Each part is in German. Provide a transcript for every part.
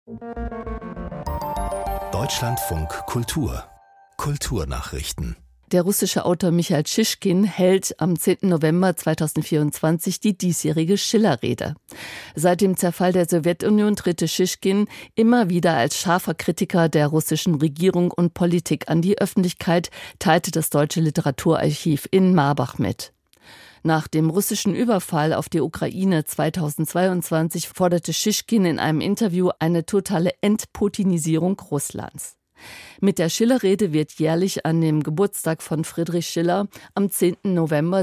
Deutschlandfunk Kultur. Kulturnachrichten. Der russische Autor Michail Schischkin hält am 10. November 2024 die diesjährige Schiller-Rede. Seit dem Zerfall der Sowjetunion tritt Schischkin immer wieder als scharfer Kritiker der russischen Regierung und Politik an die Öffentlichkeit, teilte das Deutsche Literaturarchiv in Marbach mit. Nach dem russischen Überfall auf die Ukraine 2022 forderte Schischkin in einem Interview eine totale Entputinisierung Russlands. Mit der Schiller-Rede wird jährlich an dem Geburtstag von Friedrich Schiller am 10. November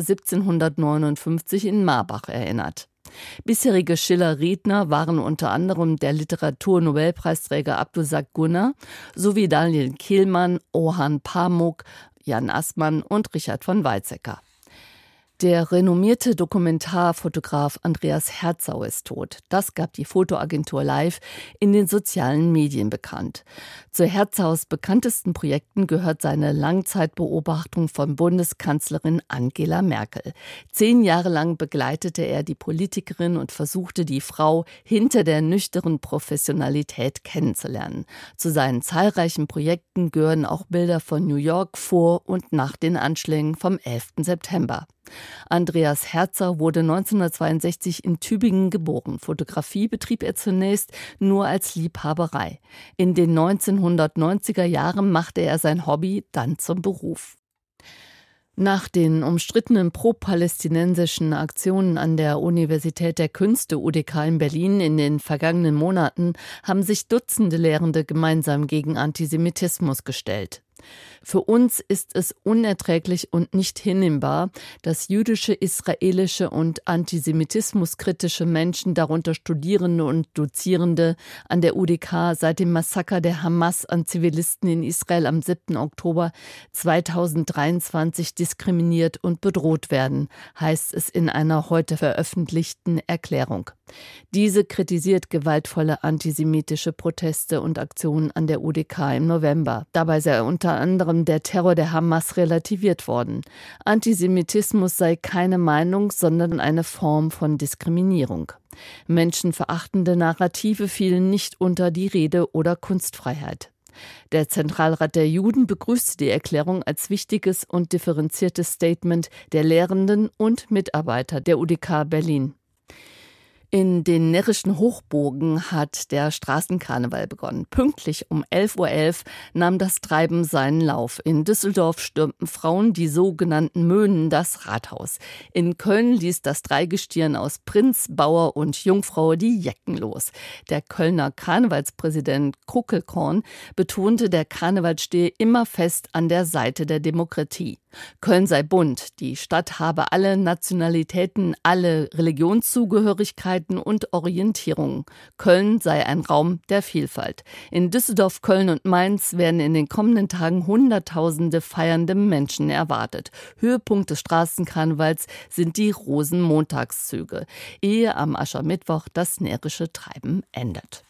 1759 in Marbach erinnert. Bisherige Schiller-Redner waren unter anderem der Literaturnobelpreisträger Abdulsac Gunnar sowie Daniel Kehlmann, Orhan Pamuk, Jan Assmann und Richard von Weizsäcker. Der renommierte Dokumentarfotograf Andreas Herzau ist tot. Das gab die Fotoagentur Live in den sozialen Medien bekannt. Zu Herzaus bekanntesten Projekten gehört seine Langzeitbeobachtung von Bundeskanzlerin Angela Merkel. 10 Jahre lang begleitete er die Politikerin und versuchte, die Frau hinter der nüchternen Professionalität kennenzulernen. Zu seinen zahlreichen Projekten gehören auch Bilder von New York vor und nach den Anschlägen vom 11. September. Andreas Herzau wurde 1962 in Tübingen geboren. Fotografie betrieb er zunächst nur als Liebhaberei. In den 1990er Jahren machte er sein Hobby dann zum Beruf. Nach den umstrittenen pro-palästinensischen Aktionen an der Universität der Künste UDK in Berlin in den vergangenen Monaten haben sich Dutzende Lehrende gemeinsam gegen Antisemitismus gestellt. Für uns ist es unerträglich und nicht hinnehmbar, dass jüdische, israelische und antisemitismuskritische Menschen, darunter Studierende und Dozierende an der UDK, seit dem Massaker der Hamas an Zivilisten in Israel am 7. Oktober 2023 diskriminiert und bedroht werden, heißt es in einer heute veröffentlichten Erklärung. Diese kritisiert gewaltvolle antisemitische Proteste und Aktionen an der UDK im November. Dabei sei unter anderem der Terror der Hamas relativiert worden. Antisemitismus sei keine Meinung, sondern eine Form von Diskriminierung. Menschenverachtende Narrative fielen nicht unter die Rede- oder Kunstfreiheit. Der Zentralrat der Juden begrüßte die Erklärung als wichtiges und differenziertes Statement der Lehrenden und Mitarbeiter der UDK Berlin. In den närrischen Hochburgen hat der Straßenkarneval begonnen. Pünktlich um 11:11 Uhr nahm das Treiben seinen Lauf. In Düsseldorf stürmten Frauen, die sogenannten Mönen, das Rathaus. In Köln ließ das Dreigestirn aus Prinz, Bauer und Jungfrau die Jecken los. Der Kölner Karnevalspräsident Kruckelkorn betonte, der Karneval stehe immer fest an der Seite der Demokratie. Köln sei bunt, die Stadt habe alle Nationalitäten, alle Religionszugehörigkeiten und Orientierungen. Köln sei ein Raum der Vielfalt. In Düsseldorf, Köln und Mainz werden in den kommenden Tagen Hunderttausende feiernde Menschen erwartet. Höhepunkt des Straßenkarnevals sind die Rosenmontagszüge, ehe am Aschermittwoch das närrische Treiben endet.